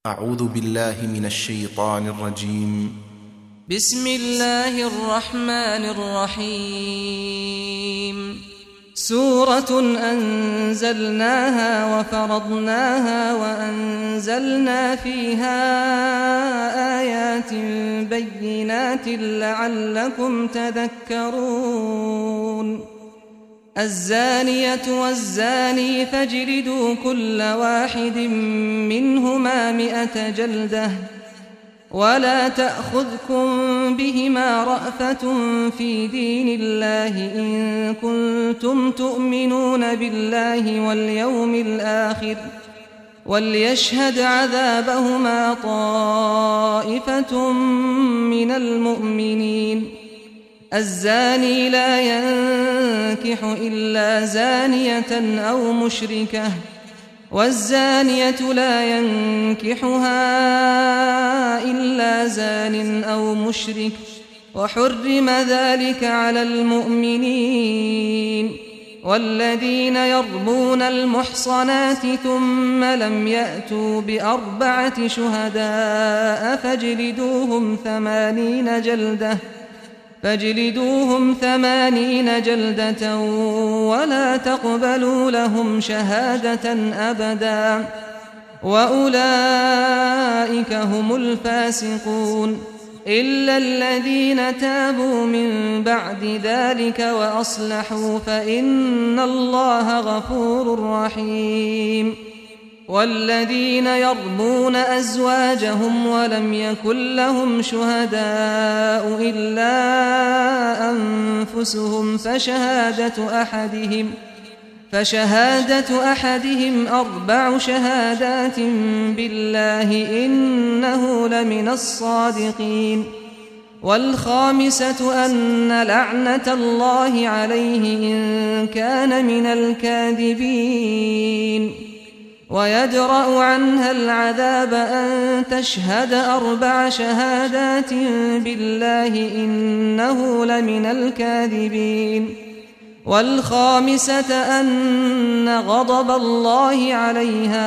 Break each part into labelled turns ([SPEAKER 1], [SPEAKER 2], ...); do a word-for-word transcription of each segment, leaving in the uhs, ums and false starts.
[SPEAKER 1] أعوذ بالله من الشيطان الرجيم.
[SPEAKER 2] بسم الله الرحمن الرحيم. سورة أنزلناها وفرضناها وأنزلنا فيها آيات بينات لعلكم تذكرون. الزانية والزاني فاجلدوا كل واحد منهما مئة جلدة ولا تأخذكم بهما رأفة في دين الله إن كنتم تؤمنون بالله واليوم الآخر وليشهد عذابهما طائفة من المؤمنين. الزاني لا ينكح إلا زانية أو مشركة والزانية لا ينكحها إلا زان أو مشرك وحرم ذلك على المؤمنين. والذين يرمون المحصنات ثم لم يأتوا بأربعة شهداء فاجلدوهم ثمانين جلدة فاجلدوهم ثمانين جلدة ولا تقبلوا لهم شهادة أبدا وأولئك هم الفاسقون إلا الذين تابوا من بعد ذلك وأصلحوا فإن الله غفور رحيم. والذين يرمون أزواجهم ولم يكن لهم شهداء إلا أنفسهم فشهادة أحدهم فشهادة أحدهم أربع شهادات بالله إنه لمن الصادقين. والخامسة أن لعنة الله عليه إن كان من الكاذبين. ويدرأ عنها العذاب أن تشهد أربع شهادات بالله إنه لمن الكاذبين. والخامسة أن غضب الله عليها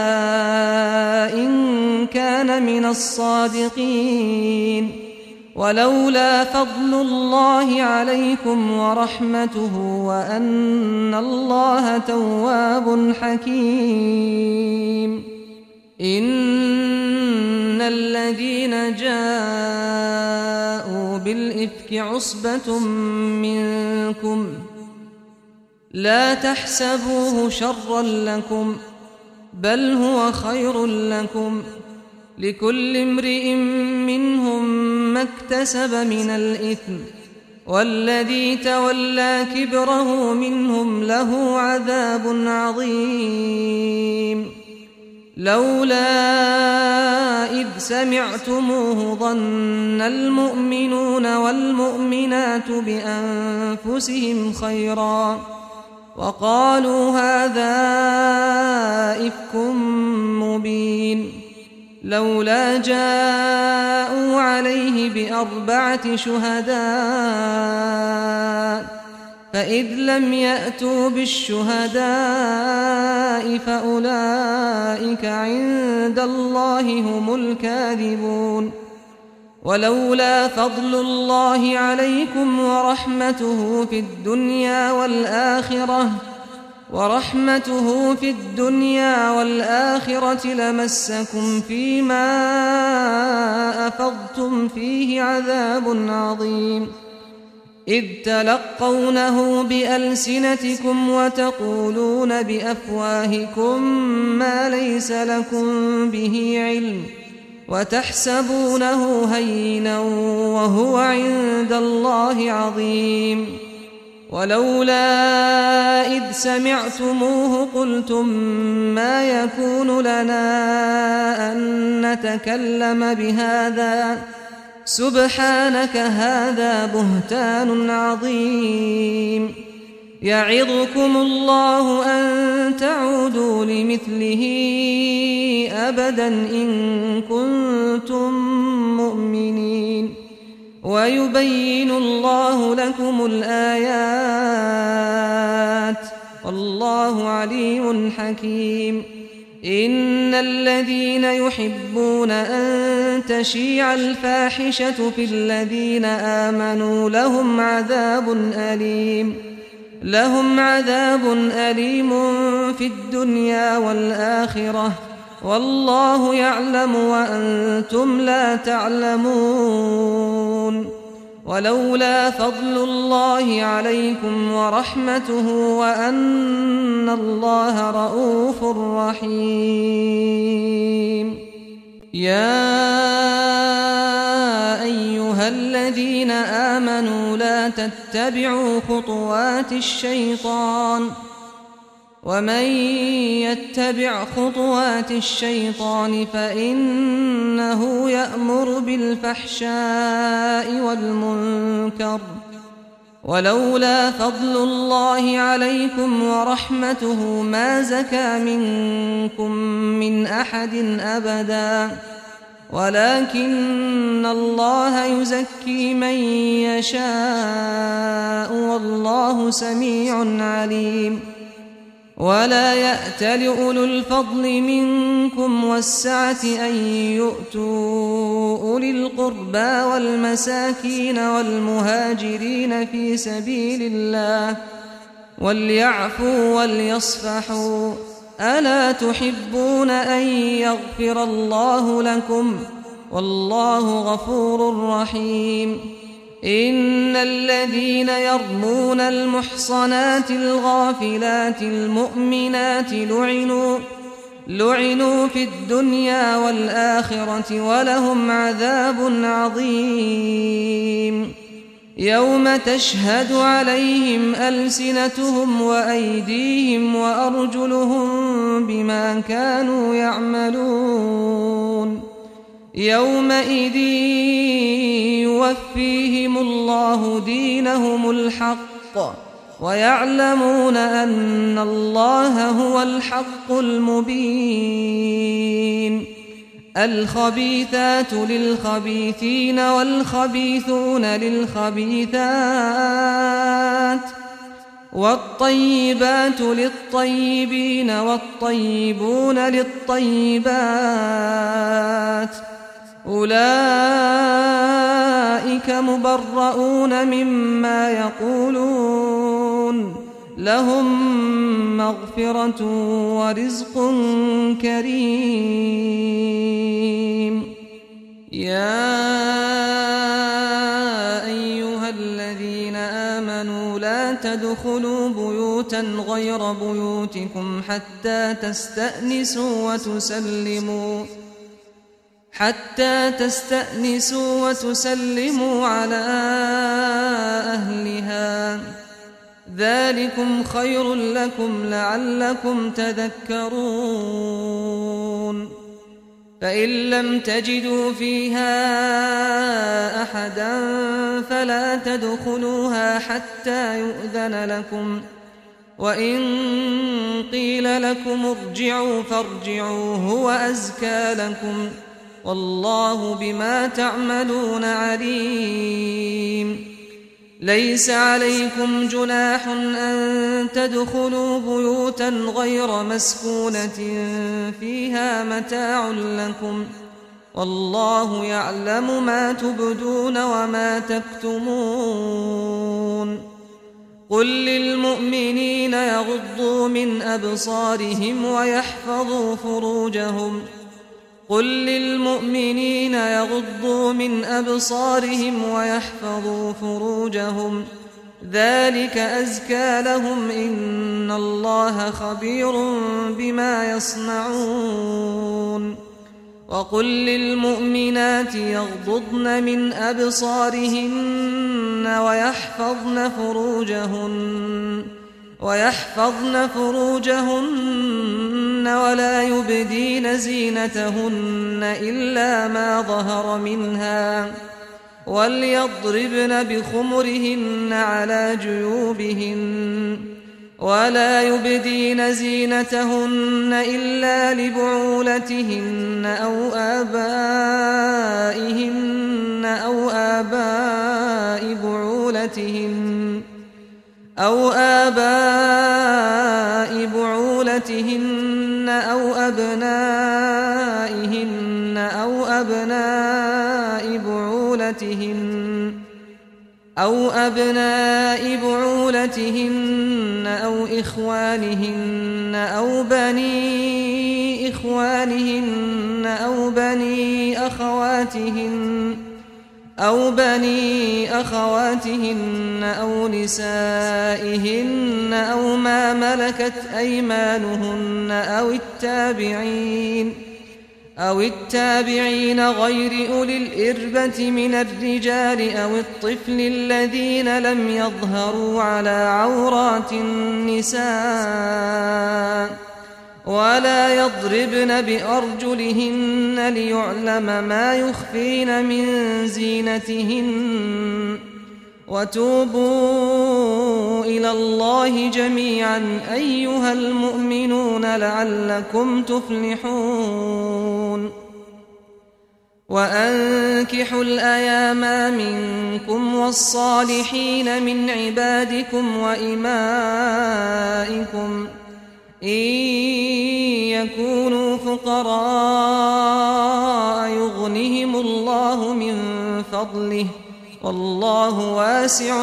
[SPEAKER 2] إن كان من الصادقين. ولولا فضل الله عليكم ورحمته وأن الله تواب حكيم. إن الذين جاءوا بالإفك عصبة منكم لا تحسبوه شرا لكم بل هو خير لكم لكل امرئ منهم ما اكتسب من الإثم والذي تولى كبره منهم له عذاب عظيم. لولا إذ سمعتموه ظن المؤمنون والمؤمنات بأنفسهم خيرا وقالوا هذا إفك مبين. لولا جاءوا عليه بأربعة شهداء فإذ لم يأتوا بالشهداء فأولئك عند الله هم الكاذبون. ولولا فضل الله عليكم ورحمته في الدنيا والآخرة ورحمته في الدنيا والآخرة لمسكم فيما أفضتم فيه عذاب عظيم إذ تلقونه بألسنتكم وتقولون بأفواهكم ما ليس لكم به علم وتحسبونه هينا وهو عند الله عظيم. ولولا إذ سمعتموه قلتم ما يكون لنا أن نتكلم بهذا سبحانك هذا بهتان عظيم. يعظكم الله أن تعودوا لمثله أبدا إن كنتم مؤمنين ويبين الله لكم الآيات والله عليم حكيم. إن الذين يحبون أن تشيع الفاحشة في الذين آمنوا لهم عذاب أليم لهم عذاب أليم في الدنيا والآخرة والله يعلم وأنتم لا تعلمون ولولا فضل الله عليكم ورحمته وأن الله رؤوف رحيم يا أيها الذين آمنوا لا تتبعوا خطوات الشيطان ومن يتبع خطوات الشيطان فإنه يأمر بالفحشاء والمنكر ولولا فضل الله عليكم ورحمته ما زكى منكم من أحد أبدا ولكن الله يزكي من يشاء والله سميع عليم ولا يأتل أولو الفضل منكم والسعة أن يؤتوا أولي القربى والمساكين والمهاجرين في سبيل الله وليعفوا وليصفحوا ألا تحبون أن يغفر الله لكم والله غفور رحيم إن الذين يرمون المحصنات الغافلات المؤمنات لعنوا لعنوا في الدنيا والآخرة ولهم عذاب عظيم يوم تشهد عليهم ألسنتهم وأيديهم وأرجلهم بما كانوا يعملون يومئذ يوفيهم الله دينهم الحق ويعلمون أن الله هو الحق المبين الخبيثات للخبيثين والخبيثون للخبيثات والطيبات للطيبين والطيبون للطيبات أولئك مبرؤون مما يقولون لهم مغفرة ورزق كريم يا أيها الذين آمنوا لا تدخلوا بيوتا غير بيوتكم حتى تستأنسوا وتسلموا حتى تستأنسوا وتسلموا على أهلها ذلكم خير لكم لعلكم تذكرون فإن لم تجدوا فيها أحدا فلا تدخلوها حتى يؤذن لكم وإن قيل لكم ارجعوا فارجعوا هو أزكى لكم والله بما تعملون عليم ليس عليكم جناح أن تدخلوا بيوتا غير مسكونة فيها متاع لكم والله يعلم ما تبدون وما تكتمون قل للمؤمنين يغضوا من أبصارهم ويحفظوا فروجهم قل للمؤمنين يغضوا من أبصارهم ويحفظوا فروجهم ذلك أزكى لهم إن الله خبير بما يصنعون وقل للمؤمنات يغضضن من أبصارهن ويحفظن فروجهن ويحفظن فروجهن ولا يبدين زينتهن إلا ما ظهر منها وليضربن بخمرهن على جيوبهن ولا يبدين زينتهن إلا لبعولتهن أو آبائهن أو آباء بعولتهن أو آباء بعولتهن أو أبنائهن أبناء بعولتهن أو أبناء بعولتهن أو إخوانهن أو بني إخوانهن أو بني أخواتهن أو بني أخواتهن أو نسائهن أو ما ملكت أيمانهن أو التابعين أو التابعين غير أولي الإربة من الرجال أو الطفل الذين لم يظهروا على عورات النساء ولا يضربن بأرجلهن ليعلم ما يخفين من زينتهن وتوبوا إلى الله جميعا أيها المؤمنون لعلكم تفلحون وأنكحوا الأيام منكم والصالحين من عبادكم وإمائكم إن يكونوا فقراء يغنهم الله من فضله والله واسع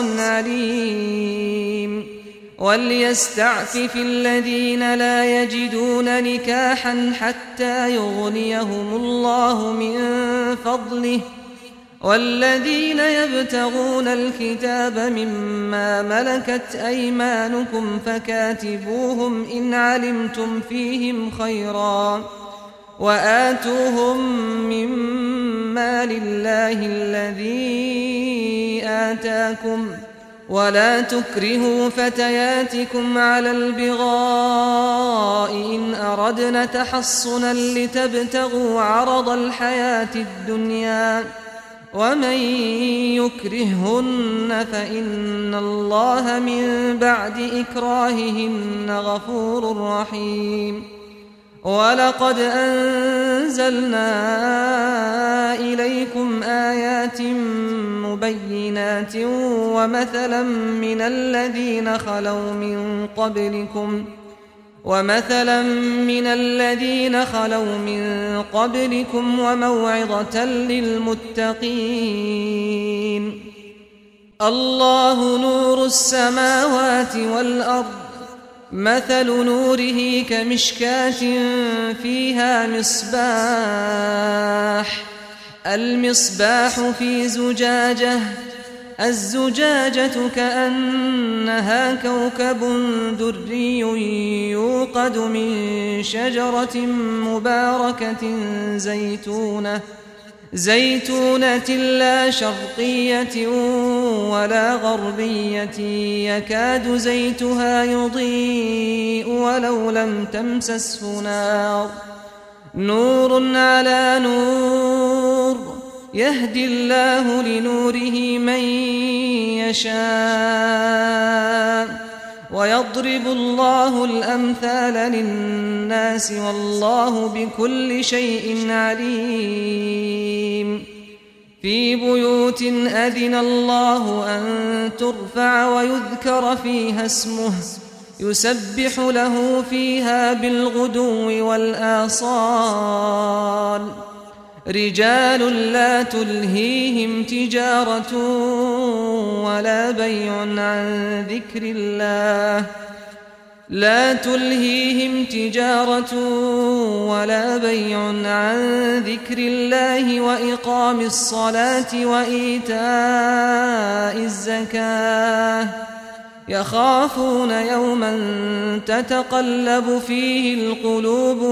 [SPEAKER 2] عليم وليستعفف الذين لا يجدون نكاحا حتى يغنيهم الله من فضله والذين يبتغون الكتاب مما ملكت أيمانكم فكاتبوهم إن علمتم فيهم خيرا وآتوهم مما لله الذي آتاكم ولا تكرهوا فتياتكم على البغاء إن أردنا تحصنا لتبتغوا عرض الحياة الدنيا ومن يكرههن فإن الله من بعد إكراههن غفور رحيم ولقد أنزلنا إليكم آيات مبينات ومثلا من الذين خلوا من قبلكم ومثلا من الذين خلوا من قبلكم وموعظة للمتقين الله نور السماوات والأرض مثل نوره كمشكاة فيها مصباح المصباح في زجاجة الزجاجة كأنها كوكب دري يوقد من شجرة مباركة زيتونة زيتونة لا شرقية ولا غربية يكاد زيتها يضيء ولو لم تمسسه نار نور على نور يهدي الله لنوره من يشاء ويضرب الله الأمثال للناس والله بكل شيء عليم في بيوت أذن الله أن ترفع ويذكر فيها اسمه يسبح له فيها بالغدو والآصال رجال لا تلهيهم تجارة ولا بيع عن ذكر الله لا تلهيهم تجارة ولا بيع عن ذكر الله وإقام الصلاة وإيتاء الزكاة يخافون يوما تتقلب فيه القلوب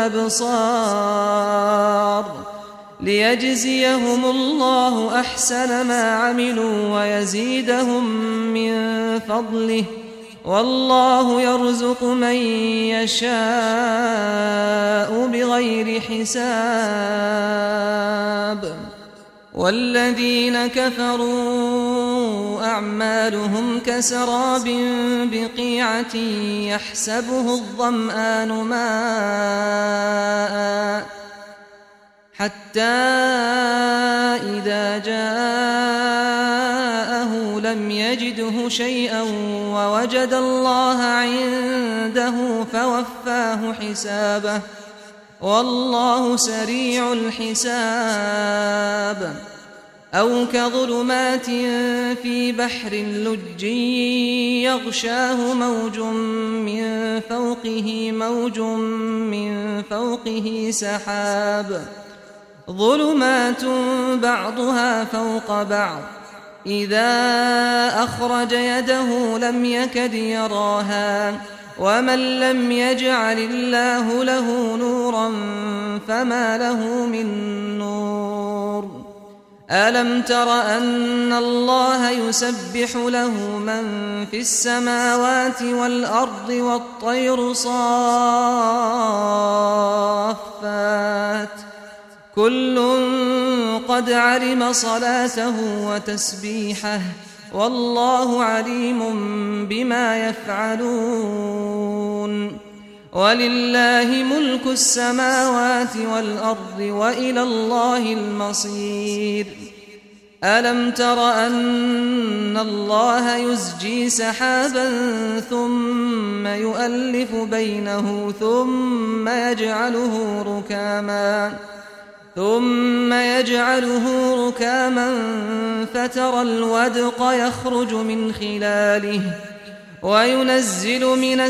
[SPEAKER 2] والأبصار ليجزيهم الله أحسن ما عملوا ويزيدهم من فضله والله يرزق من يشاء بغير حساب والذين كفروا أعمالهم كسراب بقيعة يحسبه الظمآن ماء حتى إذا جاءه لم يجده شيئا ووجد الله عنده فوفاه حسابه والله سريع الحساب أو كظلمات في بحر لج يغشاه موج من فوقه موج من فوقه سحاب ظلمات بعضها فوق بعض إذا أخرج يده لم يكد يراها ومن لم يجعل الله له نورا فما له من نور ألم تر أن الله يسبح له من في السماوات والأرض والطير صافات كل قد علم صلاته وتسبيحه والله عليم بما يفعلون ولله ملك السماوات والأرض وإلى الله المصير ألم تر أن الله يزجي سحابا ثم يؤلف بينه ثم يجعله ركاما ثم يجعله ركاما فترى الودق يخرج من خلاله وينزل من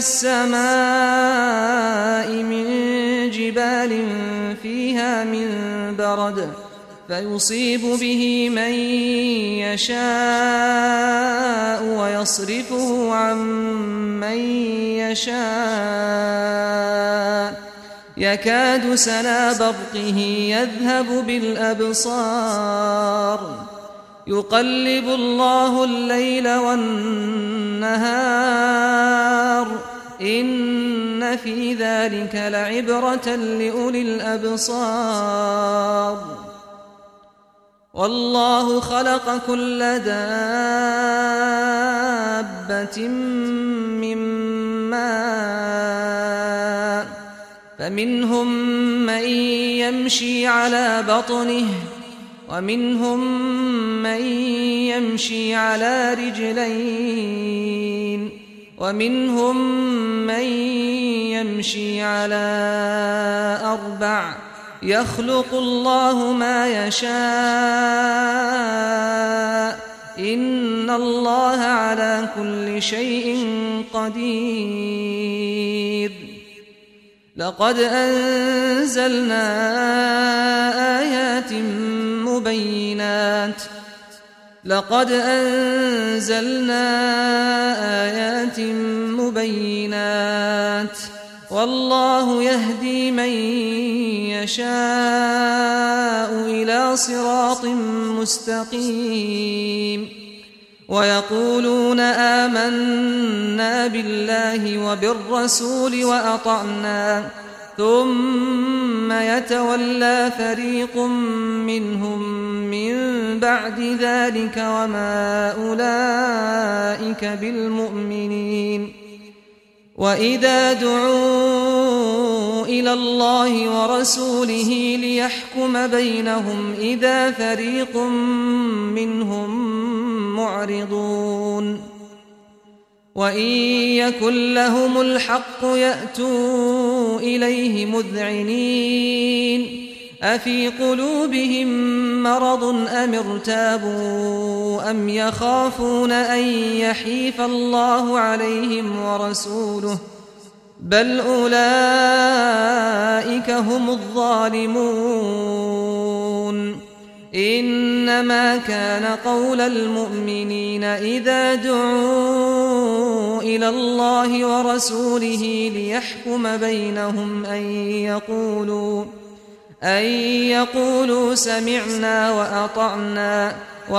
[SPEAKER 2] السماء من جبال فيها من برد فيصيب به من يشاء ويصرفه عن من يشاء يكاد سنا برقه يذهب بالأبصار يقلب الله الليل والنهار إن في ذلك لعبرة لأولي الأبصار والله خلق كل دابة من ماء فمنهم من يمشي على بطنه ومنهم من يمشي على رجلين ومنهم من يمشي على أربع يخلق الله ما يشاء إن الله على كل شيء قدير لقد أنزلنا آيات مبينات لقد أنزلنا آيات مبينات والله يهدي من يشاء إلى صراط مستقيم ويقولون آمنا بالله وبالرسول وأطعنا ثم يتولى فريق منهم من بعد ذلك وما أولئك بالمؤمنين وإذا دعوا إلى الله ورسوله ليحكم بينهم إذا فريق منهم معرضون وإن يكن لهم الحق يأتوا إليه مذعنين أفي قلوبهم مرض أم ارتابوا أم يخافون أن يحيف الله عليهم ورسوله بل أولئك هم الظالمون إنما كان قول المؤمنين إذا دعوا إلى الله ورسوله ليحكم بينهم أن يقولوا أن يقولوا سمعنا وأطعنا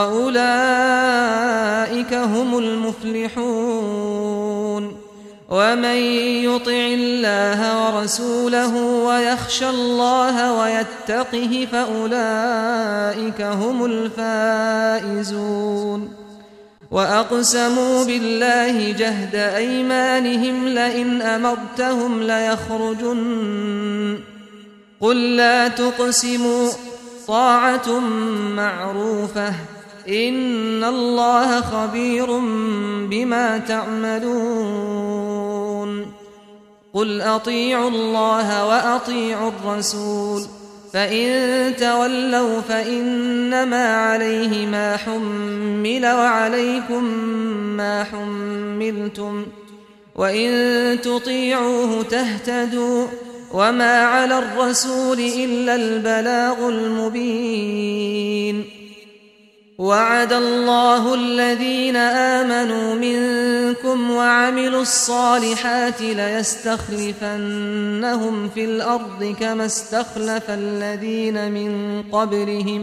[SPEAKER 2] وأولئك هم المفلحون ومن يطع الله ورسوله ويخشى الله ويتقه فأولئك هم الفائزون وأقسموا بالله جهد أيمانهم لئن أمرتهم ليخرجن قل لا تقسموا طاعة معروفة إن الله خبير بما تعملون قل أطيعوا الله وأطيعوا الرسول فإن تولوا فإنما عليه ما حمل وعليكم ما حملتم وإن تطيعوه تهتدوا وما على الرسول إلا البلاغ المبين. وعد الله الذين آمنوا منكم وعملوا الصالحات ليستخلفنهم في الأرض كما استخلف الذين من قبلهم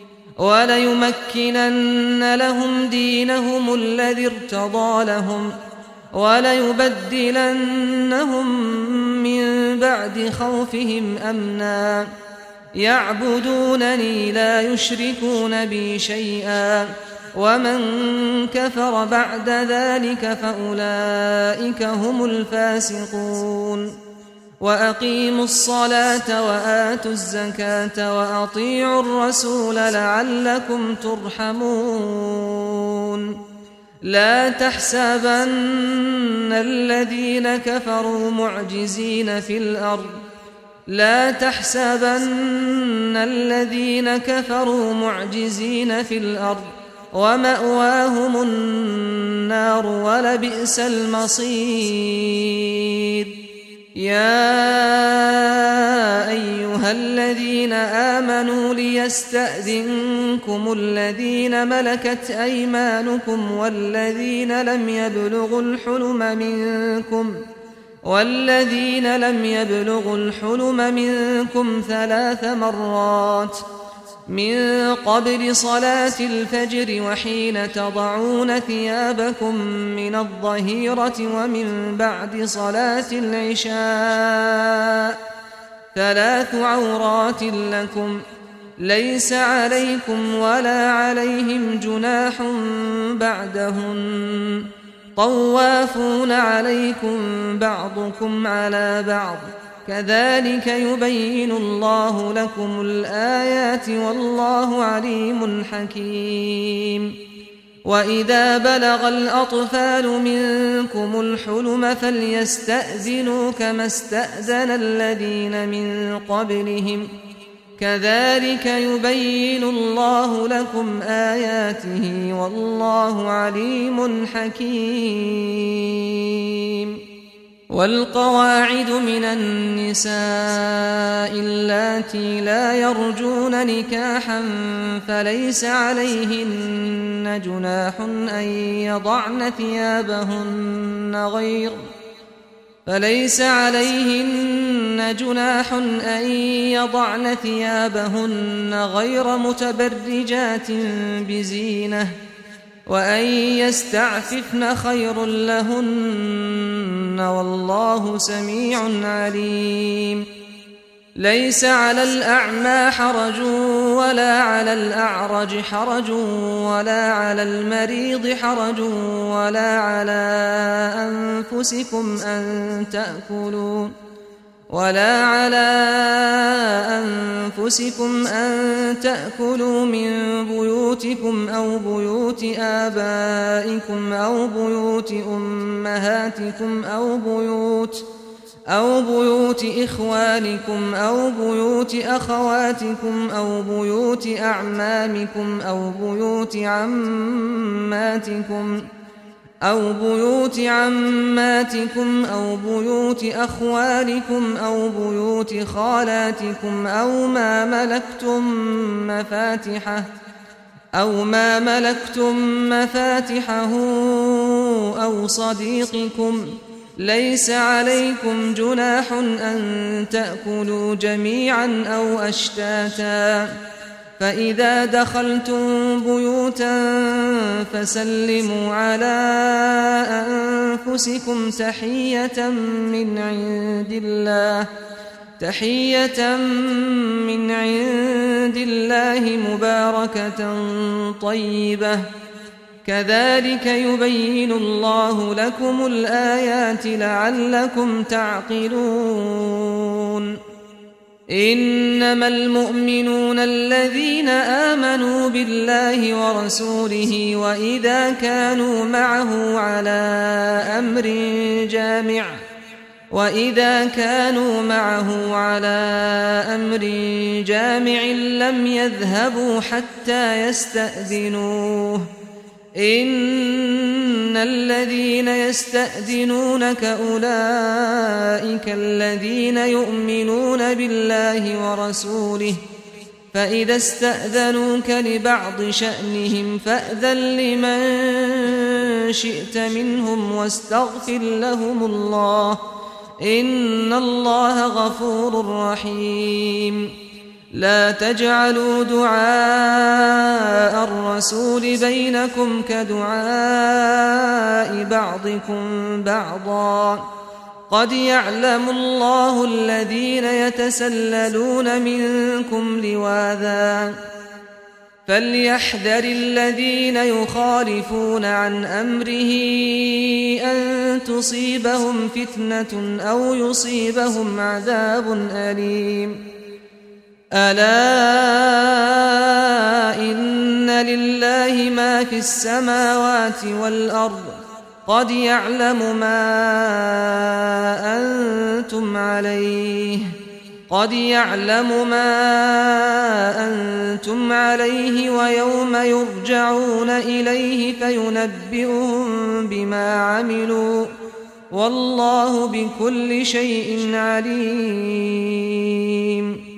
[SPEAKER 2] وليمكنن لهم دينهم الذي ارتضى لهم وليبدلنهم من بعد خوفهم أمنا يعبدونني لا يشركون بي شيئا ومن كفر بعد ذلك فأولئك هم الفاسقون. وأقيموا الصلاة وآتوا الزكاة وأطيعوا الرسول لعلكم ترحمون. لا تحسبن الذين كفروا معجزين في الأرض لا تحسبن الذين كفروا معجزين في الأرض ومأواهم النار ولبئس المصير. يا أيها الذين آمنوا ليستأذنكم الذين ملكت أيمانكم والذين لم يبلغوا الحلم منكم والذين لم يبلغوا الحلم منكم ثلاث مرات من قبل صلاة الفجر وحين تضعون ثيابكم من الظهيرة ومن بعد صلاة العشاء ثلاث عورات لكم ليس عليكم ولا عليهم جناح بعدهن طوافون عليكم بعضكم على بعض كذلك يبين الله لكم الآيات والله عليم حكيم. وإذا بلغ الأطفال منكم الحلم فليستأذنوا كما استأذن الذين من قبلهم كذلك يبين الله لكم آياته والله عليم حكيم. والقواعد من النساء اللاتي لا يرجون نكاحا فليس عليهن جناح أن يضعن ثيابهن غير فليس عليهن جناح أن يضعن ثيابهن غير متبرجات بزينة وأن يستعففن خير لهن والله سميع عليم. ليس على الأعمى حرج ولا على الأعرج حرج ولا على المريض حرج ولا على أنفسكم أن تأكلوا ولا على أنفسكم أن تأكلوا من بيوتكم أو بيوت آبائكم أو بيوت أمهاتكم أو بيوت أو بيوت إخوانكم أو بيوت أخواتكم أو بيوت أعمامكم أو بيوت عماتكم أو بيوت عماتكم أو بيوت أخوالكم أو بيوت خالاتكم أو ما ملكتم مفاتحه أو ما ملكتم مفاتحه أو صديقكم ليس عليكم جناح أن تأكلوا جميعا أو أشتاتا فإذا دخلتم بيوتا فسلموا على أنفسكم تحية من عند الله تحية من عند الله مباركة طيبة كذلك يبين الله لكم الآيات لعلكم تعقلون. إنما المؤمنون الذين آمنوا بالله ورسوله وإذا كانوا معه على أمر جامع وإذا كانوا معه على أمر جامع لم يذهبوا حتى يستأذنوه إن الذين يستأذنونك أولئك الذين يؤمنون بالله ورسوله فإذا استأذنوك لبعض شأنهم فأذن لمن شئت منهم واستغفر لهم الله إن الله غفور رحيم لا تجعلوا دعاء الرسول بينكم كدعاء بعضكم بعضا قد يعلم الله الذين يتسللون منكم لواذا فليحذر الذين يخالفون عن أمره أن تصيبهم فتنة أو يصيبهم عذاب أليم ألا إن لله ما في السماوات والأرض قد يعلم ما أنتم عليه قد يعلم ما أنتم عليه ويوم يرجعون إليه فينبئهم بما عملوا والله بكل شيء عليم